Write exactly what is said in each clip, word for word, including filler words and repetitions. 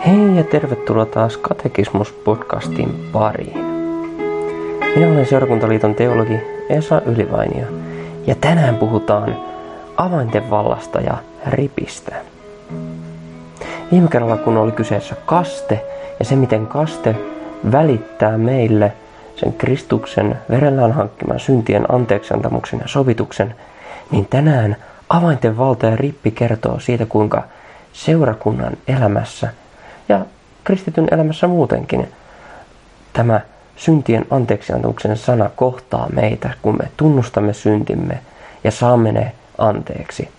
Hei ja tervetuloa taas Katekismus-podcastin pariin. Minä olen Seurakuntaliiton teologi Esa Ylivainio ja tänään puhutaan avainten vallasta ja ripistä. Viime kerralla kun oli kyseessä kaste ja se miten kaste välittää meille sen Kristuksen verellään hankkiman syntien anteeksiantamuksen ja sovituksen, niin tänään avainten valta ja rippi kertoo siitä kuinka seurakunnan elämässä ja kristityn elämässä muutenkin tämä syntien anteeksiantamuksen sana kohtaa meitä, kun me tunnustamme syntimme ja saamme ne anteeksi.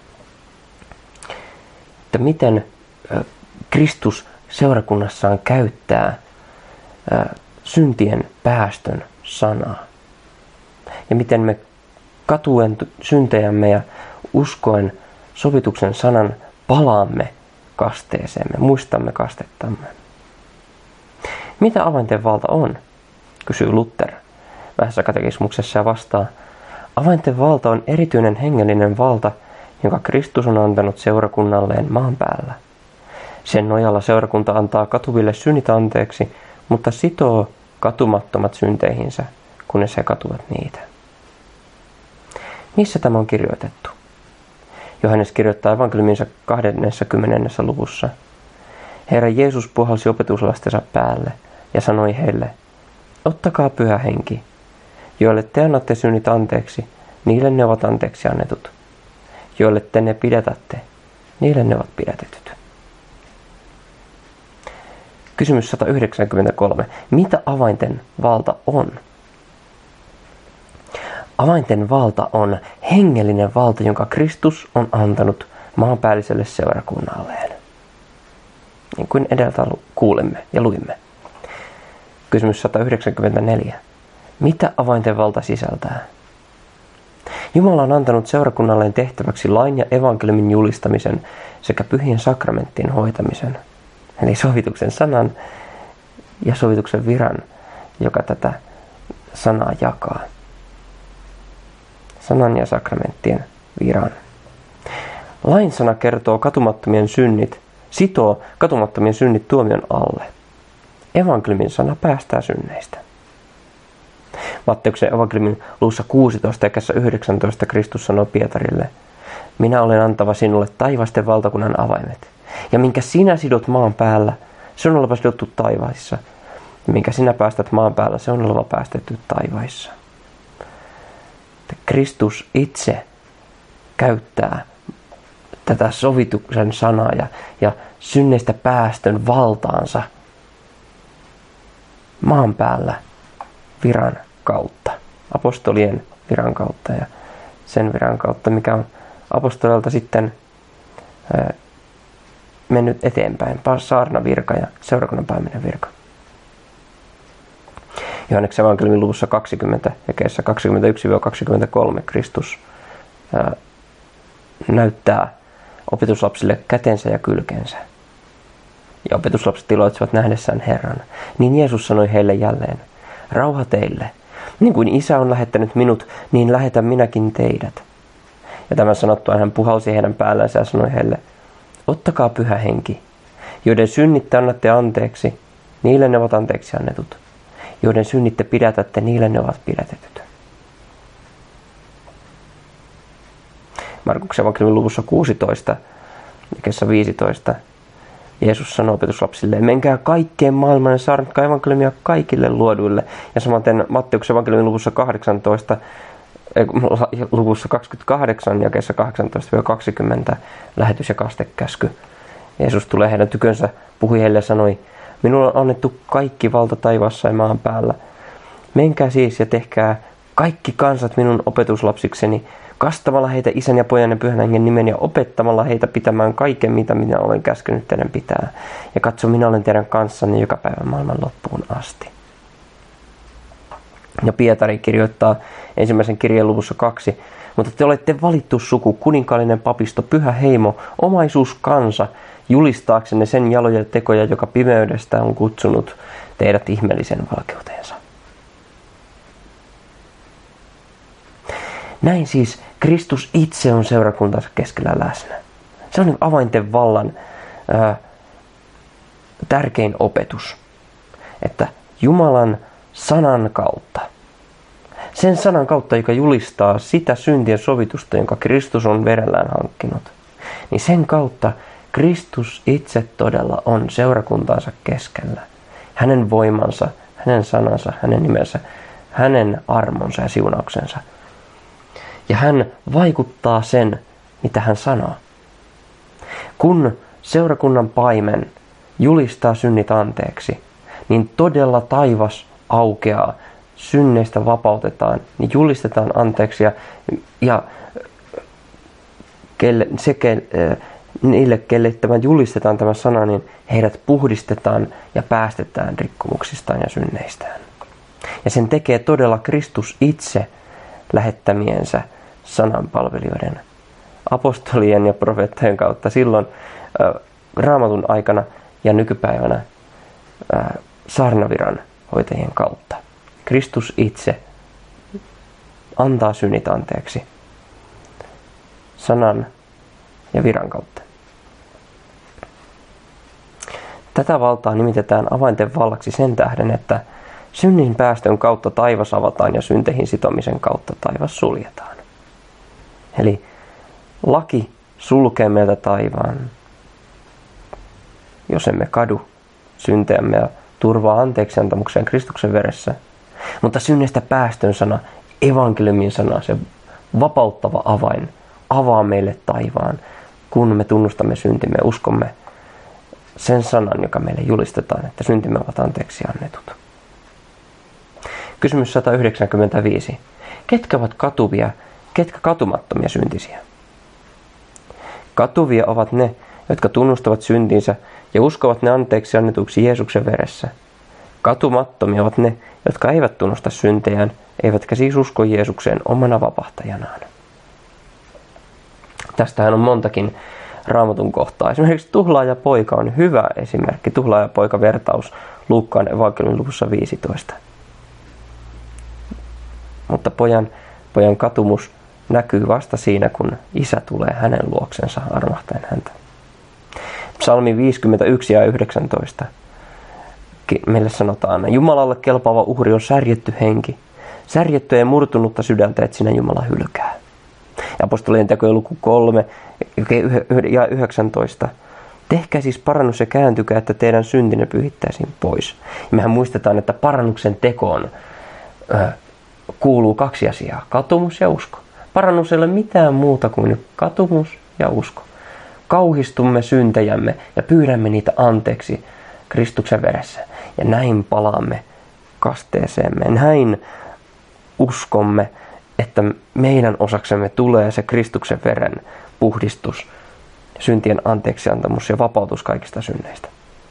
Että miten Kristus seurakunnassaan käyttää syntien päästön sanaa. Ja miten me katuen syntejämme ja uskoen sovituksen sanan palaamme kasteeseemme, muistamme kastettamme. Mitä avainten valta on? Kysyy Luther Vähäisessä katekismuksessa ja vastaa: avainten valta on erityinen hengellinen valta, jonka Kristus on antanut seurakunnalleen maan päällä. Sen nojalla seurakunta antaa katuville synnit anteeksi, mutta sitoo katumattomat synteihinsä, kunnes he katuvat niitä. Missä tämä on kirjoitettu? Johannes kirjoittaa evankeliuminsa kahdeskymmenes luvussa. Herra Jeesus puhalsi opetuslastensa päälle ja sanoi heille: ottakaa pyhä henki. Joille te annatte synnit anteeksi, niille ne ovat anteeksi annetut. Joille te ne pidätätte, niille ne ovat pidätetyt. Kysymys sata yhdeksänkymmentäkolme. Mitä avainten valta on? Avainten valta on hengellinen valta, jonka Kristus on antanut maanpäälliselle seurakunnalleen. Niin kuin edeltä kuulemme ja luimme. Kysymys sata yhdeksänkymmentäneljä. Mitä avainten valta sisältää? Jumala on antanut seurakunnalleen tehtäväksi lain ja evankeliumin julistamisen sekä pyhien sakramenttien hoitamisen. Eli sovituksen sanan ja sovituksen viran, joka tätä sanaa jakaa. Sanan ja sakramenttien viran. Lain sana kertoo katumattomien synnit, sitoo katumattomien synnit tuomion alle. Evankeliumin sana päästää synneistä. Matteuksen evankeliumin luvussa kuusitoista jakeessa yhdeksäntoista Kristus sanoo Pietarille: minä olen antava sinulle taivasten valtakunnan avaimet. Ja minkä sinä sidot maan päällä, se on oleva sidottu taivaissa. Ja minkä sinä päästät maan päällä, se on oleva päästetty taivaissa. Kristus itse käyttää tätä sovituksen sanaa ja, ja synneistä päästön valtaansa maan päällä viran kautta, apostolien viran kautta ja sen viran kautta, mikä on apostolilta sitten ää, mennyt eteenpäin, saarnavirka ja seurakunnan pääminen virka. Johanneksen evankeliumin luvussa kaksikymmentä, jakeessa kaksikymmentäyksi kaksikymmentäkolme Kristus ää, näyttää opetuslapsille kätensä ja kylkensä. Ja opetuslapset iloitsevat nähdessään Herran. Niin Jeesus sanoi heille jälleen: rauha teille. Niin kuin Isä on lähettänyt minut, niin lähetän minäkin teidät. Ja tämän sanottua hän puhalsi heidän päällänsä ja sanoi heille: ottakaa pyhä henki. Joiden synnit te annatte anteeksi, niille ne ovat anteeksi annetut. Joiden synnit te pidätätte, niille ne ovat pidätetyt. Markuksen evankeliumin luvussa kuusitoista, jakeessa viisitoista, Jeesus sanoo opetuslapsilleen: menkää kaikkeen maailmaan ja saarnatkaa evankeliumia kaikille luoduille. Ja samaten Matteuksen evankeliumin luvussa kahdeksantoista, luvussa kaksikymmentäkahdeksan, jakeessa kahdeksantoista kaksikymmentä, lähetys- ja kastekäsky. Jeesus tulee heidän tykönsä, puhui heille ja sanoi: minulle on annettu kaikki valta taivaassa ja maan päällä. Menkää siis ja tehkää kaikki kansat minun opetuslapsikseni, kastamalla heitä Isän ja Pojan ja Pyhän Hengen nimen ja opettamalla heitä pitämään kaiken, mitä minä olen käskenyt teidän pitää. Ja katso, minä olen teidän kanssanne joka päivä maailman loppuun asti. Ja Pietari kirjoittaa ensimmäisen kirjeen luvussa kaksi: mutta te olette valittu suku, kuninkaallinen papisto, pyhä heimo, omaisuus kansa, julistaaksenne sen jaloja tekoja, joka pimeydestä on kutsunut teidät ihmeellisen valkeuteensa. Näin siis Kristus itse on seurakuntansa keskellä läsnä. Se on avainten vallan ää, tärkein opetus, että Jumalan sanan kautta, sen sanan kautta, joka julistaa sitä syntien sovitusta, jonka Kristus on verellään hankkinut, niin sen kautta Kristus itse todella on seurakuntaansa keskellä. Hänen voimansa, hänen sanansa, hänen nimensä, hänen armonsa ja siunauksensa. Ja hän vaikuttaa sen, mitä hän sanoo. Kun seurakunnan paimen julistaa synnit anteeksi, niin todella taivas aukeaa, synneistä vapautetaan, niin julistetaan anteeksi ja, ja kelle, se, ke, niille, kelle tämän julistetaan tämä sana, niin heidät puhdistetaan ja päästetään rikkomuksistaan ja synneistään. Ja sen tekee todella Kristus itse lähettämiensä sananpalvelijoiden, apostolien ja profeettojen kautta silloin äh, Raamatun aikana ja nykypäivänä äh, saarnaviran hoitajien kautta. Kristus itse antaa synnit anteeksi sanan ja viran kautta. Tätä valtaa nimitetään avainten vallaksi sen tähden, että synnin päästön kautta taivas avataan ja synteihin sitomisen kautta taivas suljetaan. Eli laki sulkee meiltä taivaan, jos emme kadu syntejämme ja turvaa anteeksiantamukseen Kristuksen veressä. Mutta synneistä päästön sana, evankeliumin sana, se vapauttava avain, avaa meille taivaan, kun me tunnustamme syntimme ja uskomme sen sanan, joka meille julistetaan, että syntimme ovat anteeksi annetut. Kysymys sata yhdeksänkymmentäviisi. Ketkä ovat katuvia, ketkä katumattomia syntisiä? Katuvia ovat ne, jotka tunnustavat syntinsä ja uskovat ne anteeksi annetuksi Jeesuksen veressä. Katumattomia ovat ne, jotka eivät tunnusta syntejään, eivätkä siis usko Jeesukseen omana vapahtajanaan. Tästähän on montakin Raamatun kohtaa. Esimerkiksi tuhlaajapoika on hyvä esimerkki, tuhlaajapoika-vertaus Luukkaan evankeliumin luvussa viisitoista. Mutta pojan, pojan katumus näkyy vasta siinä, kun isä tulee hänen luoksensa armahtaen häntä. Psalmi viisikymmentäyksi ja yhdeksäntoista. Meille sanotaan, Jumalalle kelpaava uhri on särjetty henki. Särjettyä ja murtunutta sydäntä et sinä Jumala hylkää. Ja apostolien tekojen luku kolme ja yhdeksäntoista. Tehkää siis parannus ja kääntykää, että teidän syntinne pyhittäisiin pois. Ja mehän muistetaan, että parannuksen tekoon ö, kuuluu kaksi asiaa, katumus ja usko. Parannus ei ole mitään muuta kuin katumus ja usko. Kauhistumme syntejämme ja pyydämme niitä anteeksi Kristuksen veressä. Ja näin palaamme kasteeseemme. Näin uskomme, että meidän osaksemme tulee se Kristuksen veren puhdistus, syntien anteeksiantamus ja vapautus kaikista synneistä.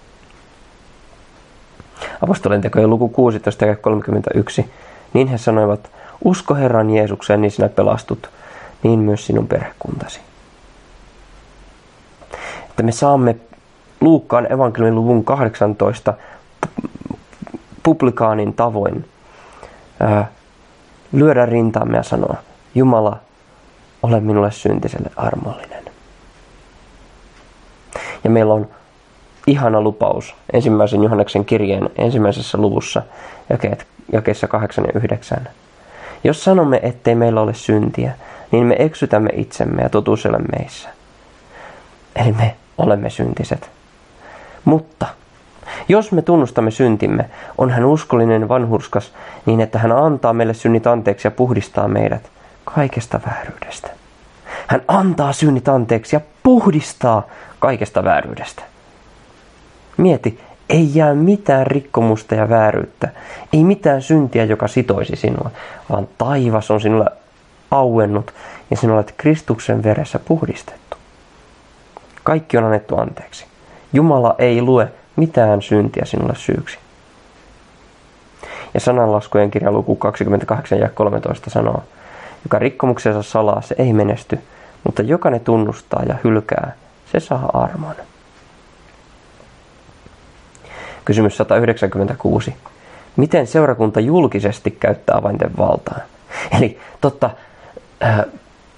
Apostolien tekojen luku kuusitoista ja kolmekymmentäyksi. Niin he sanoivat, usko Herran Jeesukseen, niin sinä pelastut, niin myös sinun perhekuntasi. Että me saamme Luukkaan evankeliumin luvun kahdeksantoista publikaanin tavoin ää, lyödä rintaamme ja sanoa, Jumala, ole minulle syntiselle armollinen. Ja meillä on ihana lupaus ensimmäisen Johanneksen kirjeen ensimmäisessä luvussa, jakeet, jakeissa kahdeksan ja yhdeksän. Jos sanomme, ettei meillä ole syntiä, niin me eksytämme itsemme ja totuus ei ole meissä. Eli me olemme syntiset. Mutta jos me tunnustamme syntimme, on hän uskollinen vanhurskas niin, että hän antaa meille synnit anteeksi ja puhdistaa meidät kaikesta vääryydestä. Hän antaa synnit anteeksi ja puhdistaa kaikesta vääryydestä. Mieti, ei jää mitään rikkomusta ja vääryyttä, ei mitään syntiä, joka sitoisi sinua, vaan taivas on sinulle auennut ja sinä olet Kristuksen veressä puhdistettu. Kaikki on annettu anteeksi. Jumala ei lue mitään syntiä sinulle syyksi. Ja sananlaskujen kirja luku kaksikymmentäkahdeksan ja kolmetoista sanoo, joka rikkomuksensa salaa, se ei menesty, mutta joka ne tunnustaa ja hylkää, se saa armon. Kysymys sata yhdeksänkymmentäkuusi. Miten seurakunta julkisesti käyttää avainten valtaa? Eli totta, äh,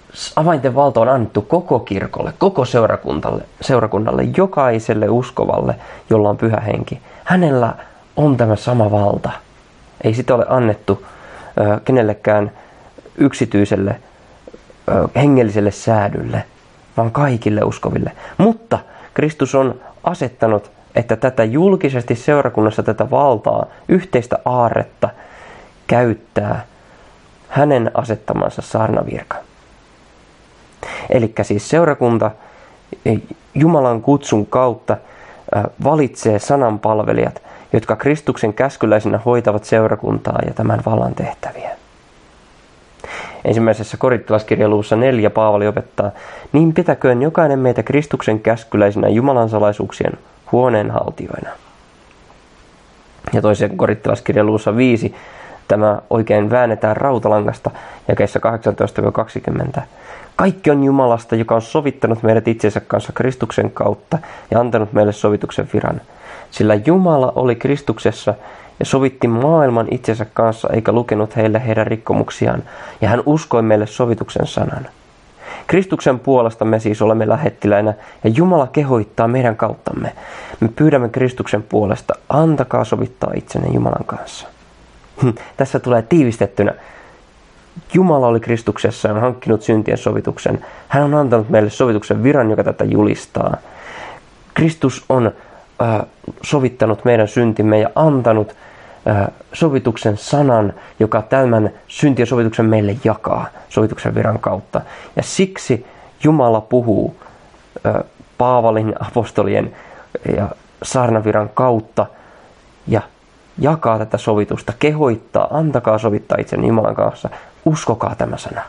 avainten valta on annettu koko kirkolle, koko seurakunnalle, seurakunnalle, jokaiselle uskovalle, jolla on pyhä henki. Hänellä on tämä sama valta. Ei sitä ole annettu ö, kenellekään yksityiselle ö, hengelliselle säädylle, vaan kaikille uskoville. Mutta Kristus on asettanut, että tätä julkisesti seurakunnassa tätä valtaa, yhteistä aarretta käyttää hänen asettamansa saarnavirka. Eli siis seurakunta Jumalan kutsun kautta valitsee sananpalvelijat, jotka Kristuksen käskyläisinä hoitavat seurakuntaa ja tämän vallan tehtäviä. Ensimmäisessä korintolaiskirjeluussa neljä Paavali opettaa, niin pitäköön jokainen meitä Kristuksen käskyläisinä Jumalan salaisuuksien huoneenhaltijoina. Ja toisen korintolaiskirjeluussa viisi tämä oikein väännetään rautalangasta jakeissa kahdeksantoista kaksikymmentä. Kaikki on Jumalasta, joka on sovittanut meidät itsensä kanssa Kristuksen kautta ja antanut meille sovituksen viran. Sillä Jumala oli Kristuksessa ja sovitti maailman itsensä kanssa eikä lukenut heille heidän rikkomuksiaan, ja hän uskoi meille sovituksen sanan. Kristuksen puolesta me siis olemme lähettiläinä ja Jumala kehoittaa meidän kauttamme. Me pyydämme Kristuksen puolesta, antakaa sovittaa itsenne Jumalan kanssa. Tässä tulee tiivistettynä. Jumala oli Kristuksessa ja on hankkinut syntien sovituksen. Hän on antanut meille sovituksen viran, joka tätä julistaa. Kristus on äh, sovittanut meidän syntimme ja antanut äh, sovituksen sanan, joka tämän syntien sovituksen meille jakaa sovituksen viran kautta. Ja siksi Jumala puhuu äh, Paavalin, apostolien ja saarnaviran kautta ja jakaa tätä sovitusta, kehoittaa, antakaa sovittaa itsenne Jumalan kanssa, uskokaa tämä sana.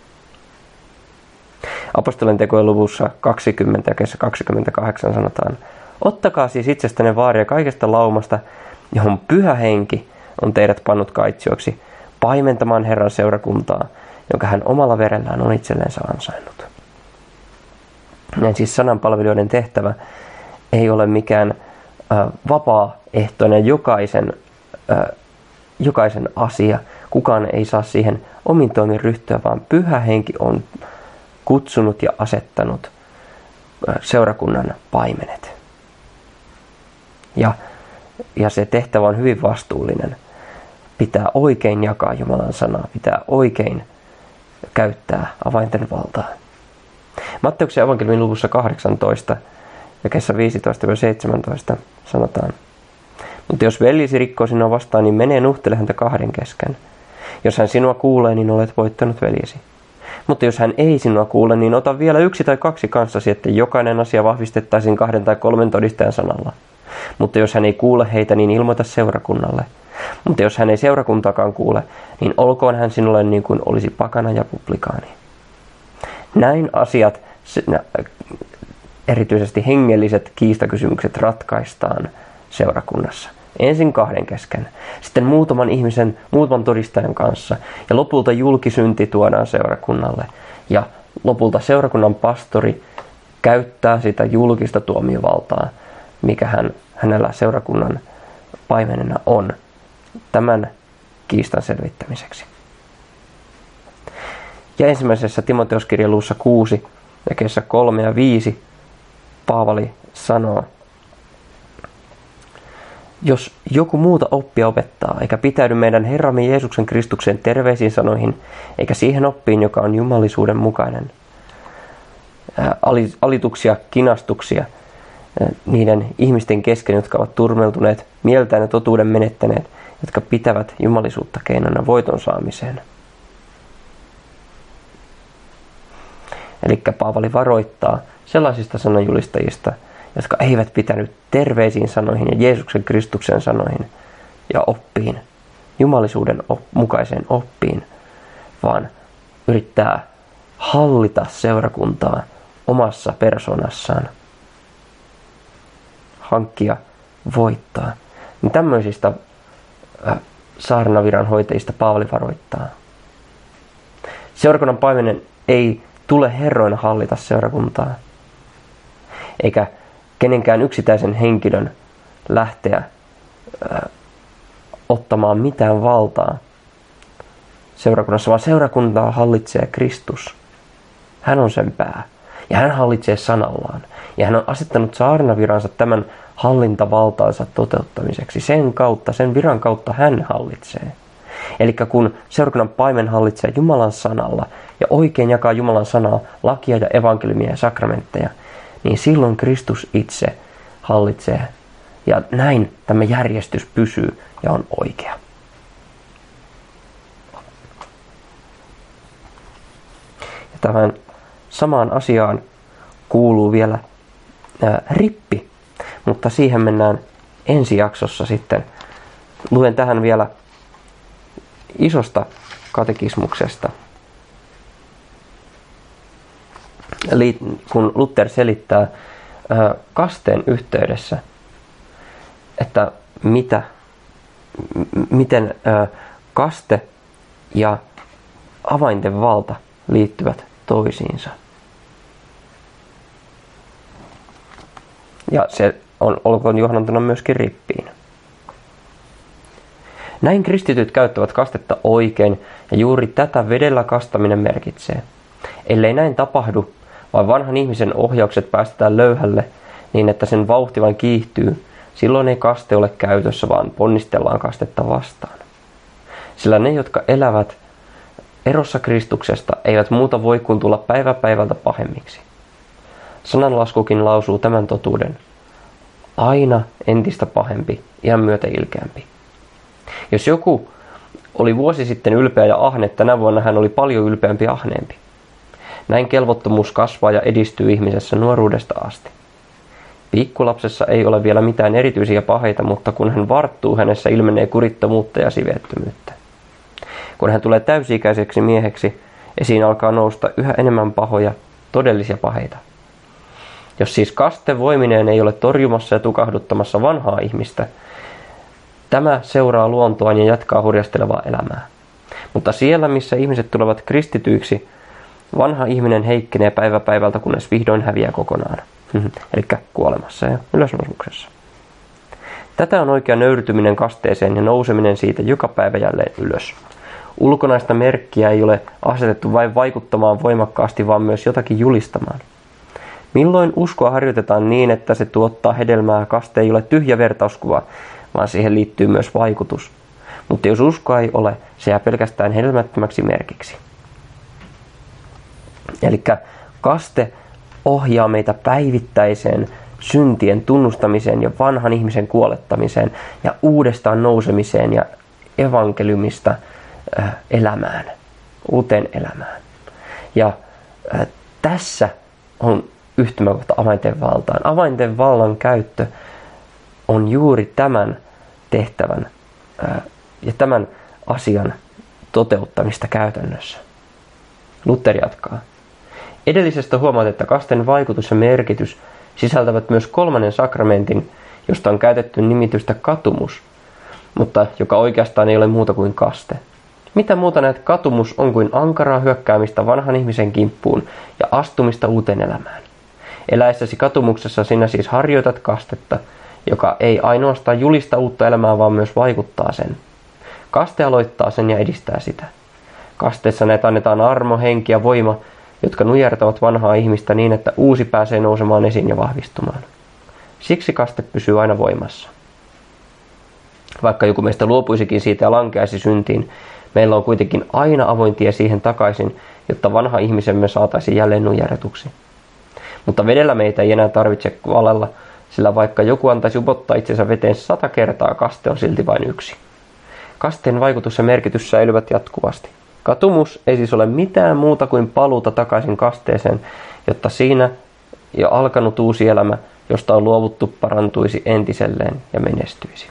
Apostolien tekojen luvussa kaksikymmentä ja kaksikymmentäkahdeksan sanotaan, ottakaa siis itsestänne vaaria kaikesta laumasta, johon pyhä henki on teidät pannut kaitsioiksi, paimentamaan Herran seurakuntaa, jonka hän omalla verellään on itsellensä ansainnut. Näin siis sananpalvelijoiden tehtävä ei ole mikään äh, vapaaehtoinen jokaisen, äh, jokaisen asia. Kukaan ei saa siihen omin toimin ryhtyä, vaan pyhä henki on kutsunut ja asettanut äh, seurakunnan paimenet. Ja, ja se tehtävä on hyvin vastuullinen. Pitää oikein jakaa Jumalan sanaa, pitää oikein käyttää avainten valtaa. Matteuksen evankeliumin luvussa kahdeksantoista jakeessa viisitoista seitsemäntoista sanotaan, mutta jos veljesi rikkoo sinua vastaan, niin mene nuhtele häntä kahden kesken. Jos hän sinua kuulee, niin olet voittanut veljesi. Mutta jos hän ei sinua kuule, niin ota vielä yksi tai kaksi kanssasi, että jokainen asia vahvistettaisiin kahden tai kolmen todistajan sanalla. Mutta jos hän ei kuule heitä, niin ilmoita seurakunnalle. Mutta jos hän ei seurakuntaakaan kuule, niin olkoon hän sinulle niin kuin olisi pakana ja publikaani. Näin asiat, erityisesti hengelliset kiistakysymykset, ratkaistaan seurakunnassa. Ensin kahden kesken, sitten muutaman ihmisen, muutaman todistajan kanssa, ja lopulta julkisynti tuodaan seurakunnalle. Ja lopulta seurakunnan pastori käyttää sitä julkista tuomiovaltaa, mikä hän, hänellä seurakunnan paimenena on, tämän kiistan selvittämiseksi. Ja ensimmäisessä Timoteuskirjan luvussa kuusi, jakeessa kolme ja viisi, Paavali sanoo, jos joku muuta oppia opettaa, eikä pitäydy meidän Herramme Jeesuksen Kristuksen terveisiin sanoihin, eikä siihen oppiin, joka on jumalisuuden mukainen, ää, alituksia, kinastuksia, ää, niiden ihmisten kesken, jotka ovat turmeltuneet, mieltään ja totuuden menettäneet, jotka pitävät jumalisuutta keinona voiton saamiseen. Eli Paavali varoittaa sellaisista sananjulistajista, jotka eivät pitänyt terveisiin sanoihin ja Jeesuksen Kristuksen sanoihin ja oppiin, jumalisuuden op- mukaiseen oppiin, vaan yrittää hallita seurakuntaa omassa persoonassaan, hankkia voittaa. Niin tämmöisistä äh, saarnaviran hoitajista Paavali varoittaa. Seurakunnan paimenen ei tule herroina hallita seurakuntaa, eikä kenenkään yksittäisen henkilön lähteä ö, ottamaan mitään valtaa seurakunnassa, vaan seurakuntaa hallitsee Kristus. Hän on sen pää. Ja hän hallitsee sanallaan. Ja hän on asettanut saarnaviransa tämän hallintavaltaansa toteuttamiseksi. Sen kautta, sen viran kautta hän hallitsee. Eli kun seurakunnan paimen hallitsee Jumalan sanalla ja oikein jakaa Jumalan sanaa, lakia ja evankeliumia ja sakramentteja, niin silloin Kristus itse hallitsee. Ja näin tämä järjestys pysyy ja on oikea. Ja tämän samaan asiaan kuuluu vielä ää, rippi, mutta siihen mennään ensi jaksossa sitten. Luen tähän vielä isosta katekismuksesta. Eli kun Luther selittää ää, kasteen yhteydessä, että mitä, m- miten ää, kaste ja avainten valta liittyvät toisiinsa. Ja se on olkoon johdantona myöskin rippiin. Näin kristityt käyttävät kastetta oikein, ja juuri tätä vedellä kastaminen merkitsee. Ellei näin tapahdu, vaan vanhan ihmisen ohjaukset päästetään löyhälle niin, että sen vauhti vain kiihtyy, silloin ei kaste ole käytössä, vaan ponnistellaan kastetta vastaan. Sillä ne, jotka elävät erossa Kristuksesta, eivät muuta voi kuin tulla päivä päivältä pahemmiksi. Sananlaskukin lausuu tämän totuuden. Aina entistä pahempi, iän myötä ilkeämpi. Jos joku oli vuosi sitten ylpeä ja ahne, tänä vuonna hän oli paljon ylpeämpi ja ahneempi. Näin kelvottomuus kasvaa ja edistyy ihmisessä nuoruudesta asti. Pikkulapsessa ei ole vielä mitään erityisiä paheita, mutta kun hän varttuu, hänessä ilmenee kurittomuutta ja siveettömyyttä. Kun hän tulee täysi-ikäiseksi mieheksi, esiin alkaa nousta yhä enemmän pahoja, todellisia paheita. Jos siis kaste voimineen ei ole torjumassa ja tukahduttamassa vanhaa ihmistä, tämä seuraa luontoaan ja jatkaa hurjastelevaa elämää. Mutta siellä, missä ihmiset tulevat kristityiksi, vanha ihminen heikkenee päivä päivältä, kunnes vihdoin häviää kokonaan. Eli kuolemassa ja ylösnousemuksessa. Tätä on oikea nöyrtyminen kasteeseen ja nouseminen siitä joka päivä jälleen ylös. Ulkonaista merkkiä ei ole asetettu vain vaikuttamaan voimakkaasti, vaan myös jotakin julistamaan. Milloin uskoa harjoitetaan niin, että se tuottaa hedelmää, kaste ei ole tyhjä vertauskuva, vaan siihen liittyy myös vaikutus. Mutta jos uskoa ei ole, se jää pelkästään hedelmättömäksi merkiksi. Eli kaste ohjaa meitä päivittäiseen syntien tunnustamiseen ja vanhan ihmisen kuolettamiseen ja uudestaan nousemiseen ja evankeliumista äh, elämään, uuteen elämään. Ja äh, tässä on yhtymäkohta avainten valtaan. Avainten vallan käyttö on juuri tämän tehtävän äh, ja tämän asian toteuttamista käytännössä. Luther jatkaa. Edellisestä huomaat, että kasten vaikutus ja merkitys sisältävät myös kolmannen sakramentin, josta on käytetty nimitystä katumus, mutta joka oikeastaan ei ole muuta kuin kaste. Mitä muuta näet katumus on kuin ankaraa hyökkäämistä vanhan ihmisen kimppuun ja astumista uuteen elämään. Eläessäsi katumuksessa sinä siis harjoitat kastetta, joka ei ainoastaan julista uutta elämää, vaan myös vaikuttaa sen. Kaste aloittaa sen ja edistää sitä. Kasteessa näet annetaan armo, henki ja voima, jotka nujertavat vanhaa ihmistä niin, että uusi pääsee nousemaan esiin ja vahvistumaan. Siksi kaste pysyy aina voimassa. Vaikka joku meistä luopuisikin siitä ja lankeaisi syntiin, meillä on kuitenkin aina avoin tie siihen takaisin, jotta vanha ihmisemme saataisiin jälleen nujerretuksi. Mutta vedellä meitä ei enää tarvitse valella, sillä vaikka joku antaisi upottaa itsensä veteen sata kertaa, kaste on silti vain yksi. Kasteen vaikutus ja merkitys säilyvät jatkuvasti. Katumus ei siis ole mitään muuta kuin paluuta takaisin kasteeseen, jotta siinä jo alkanut uusi elämä, josta on luovuttu, parantuisi entiselleen ja menestyisi.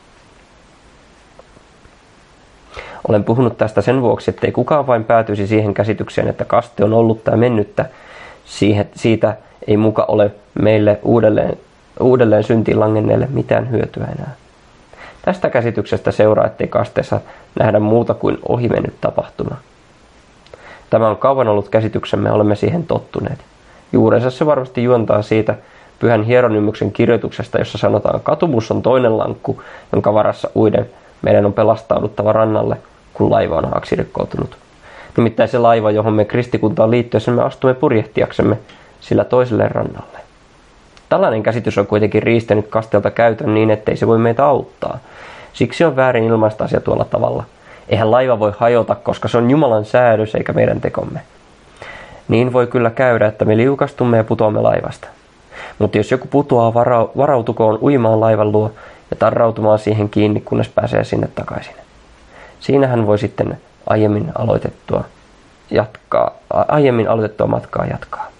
Olen puhunut tästä sen vuoksi, ettei kukaan vain päätyisi siihen käsitykseen, että kaste on ollut tai mennyttä. Siitä ei muka ole meille uudelleen, uudelleen syntiin langenneelle mitään hyötyä enää. Tästä käsityksestä seuraa, ettei kasteessa nähdä muuta kuin ohimennyt tapahtuma. Tämä on kauan ollut käsityksemme, olemme siihen tottuneet. Juurensa se varmasti juontaa siitä Pyhän Hieronymyksen kirjoituksesta, jossa sanotaan, katumus on toinen lankku, jonka varassa uiden meidän on pelastauduttava rannalle, kun laiva on haaksirikkoutunut. Nimittäin se laiva, johon me kristikuntaan liittyessä me astumme purjehtiaksemme sillä toiselle rannalle. Tällainen käsitys on kuitenkin riistänyt kastelta käytön niin, ettei se voi meitä auttaa. Siksi on väärin ilmaista asia tuolla tavalla. Eihän laiva voi hajota, koska se on Jumalan säädös eikä meidän tekomme. Niin voi kyllä käydä, että me liukastumme ja putoamme laivasta. Mutta jos joku putoaa, varau- varautukoon uimaan laivan luo ja tarrautumaan siihen kiinni, kunnes pääsee sinne takaisin. Siinä hän voi sitten aiemmin aloitettua, jatkaa, aiemmin aloitettua matkaa jatkaa.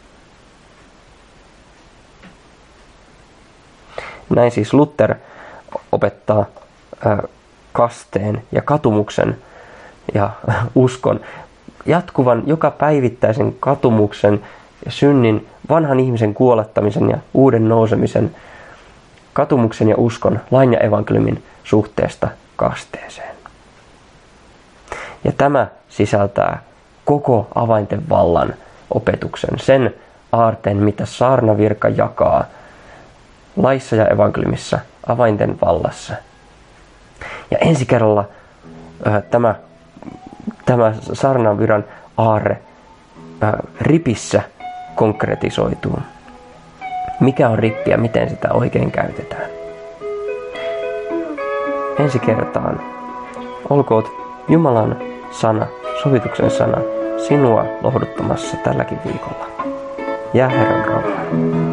Näin siis Luther opettaa äh, kasteen ja katumuksen ja uskon, jatkuvan joka päivittäisen katumuksen ja synnin, vanhan ihmisen kuolettamisen ja uuden nousemisen, katumuksen ja uskon, lain ja evankeliumin suhteesta kasteeseen. Ja tämä sisältää koko avainten vallan opetuksen, sen aarteen, mitä saarnavirka jakaa laissa ja evankeliumissa, avainten vallassa. Ja ensi kerralla äh, tämä, tämä saarnaviran aarre äh, ripissä konkretisoituu. Mikä on rippi ja miten sitä oikein käytetään. Ensi kertaan olkoot Jumalan sana, sovituksen sana, sinua lohduttamassa tälläkin viikolla. Jää Herran rauhaan.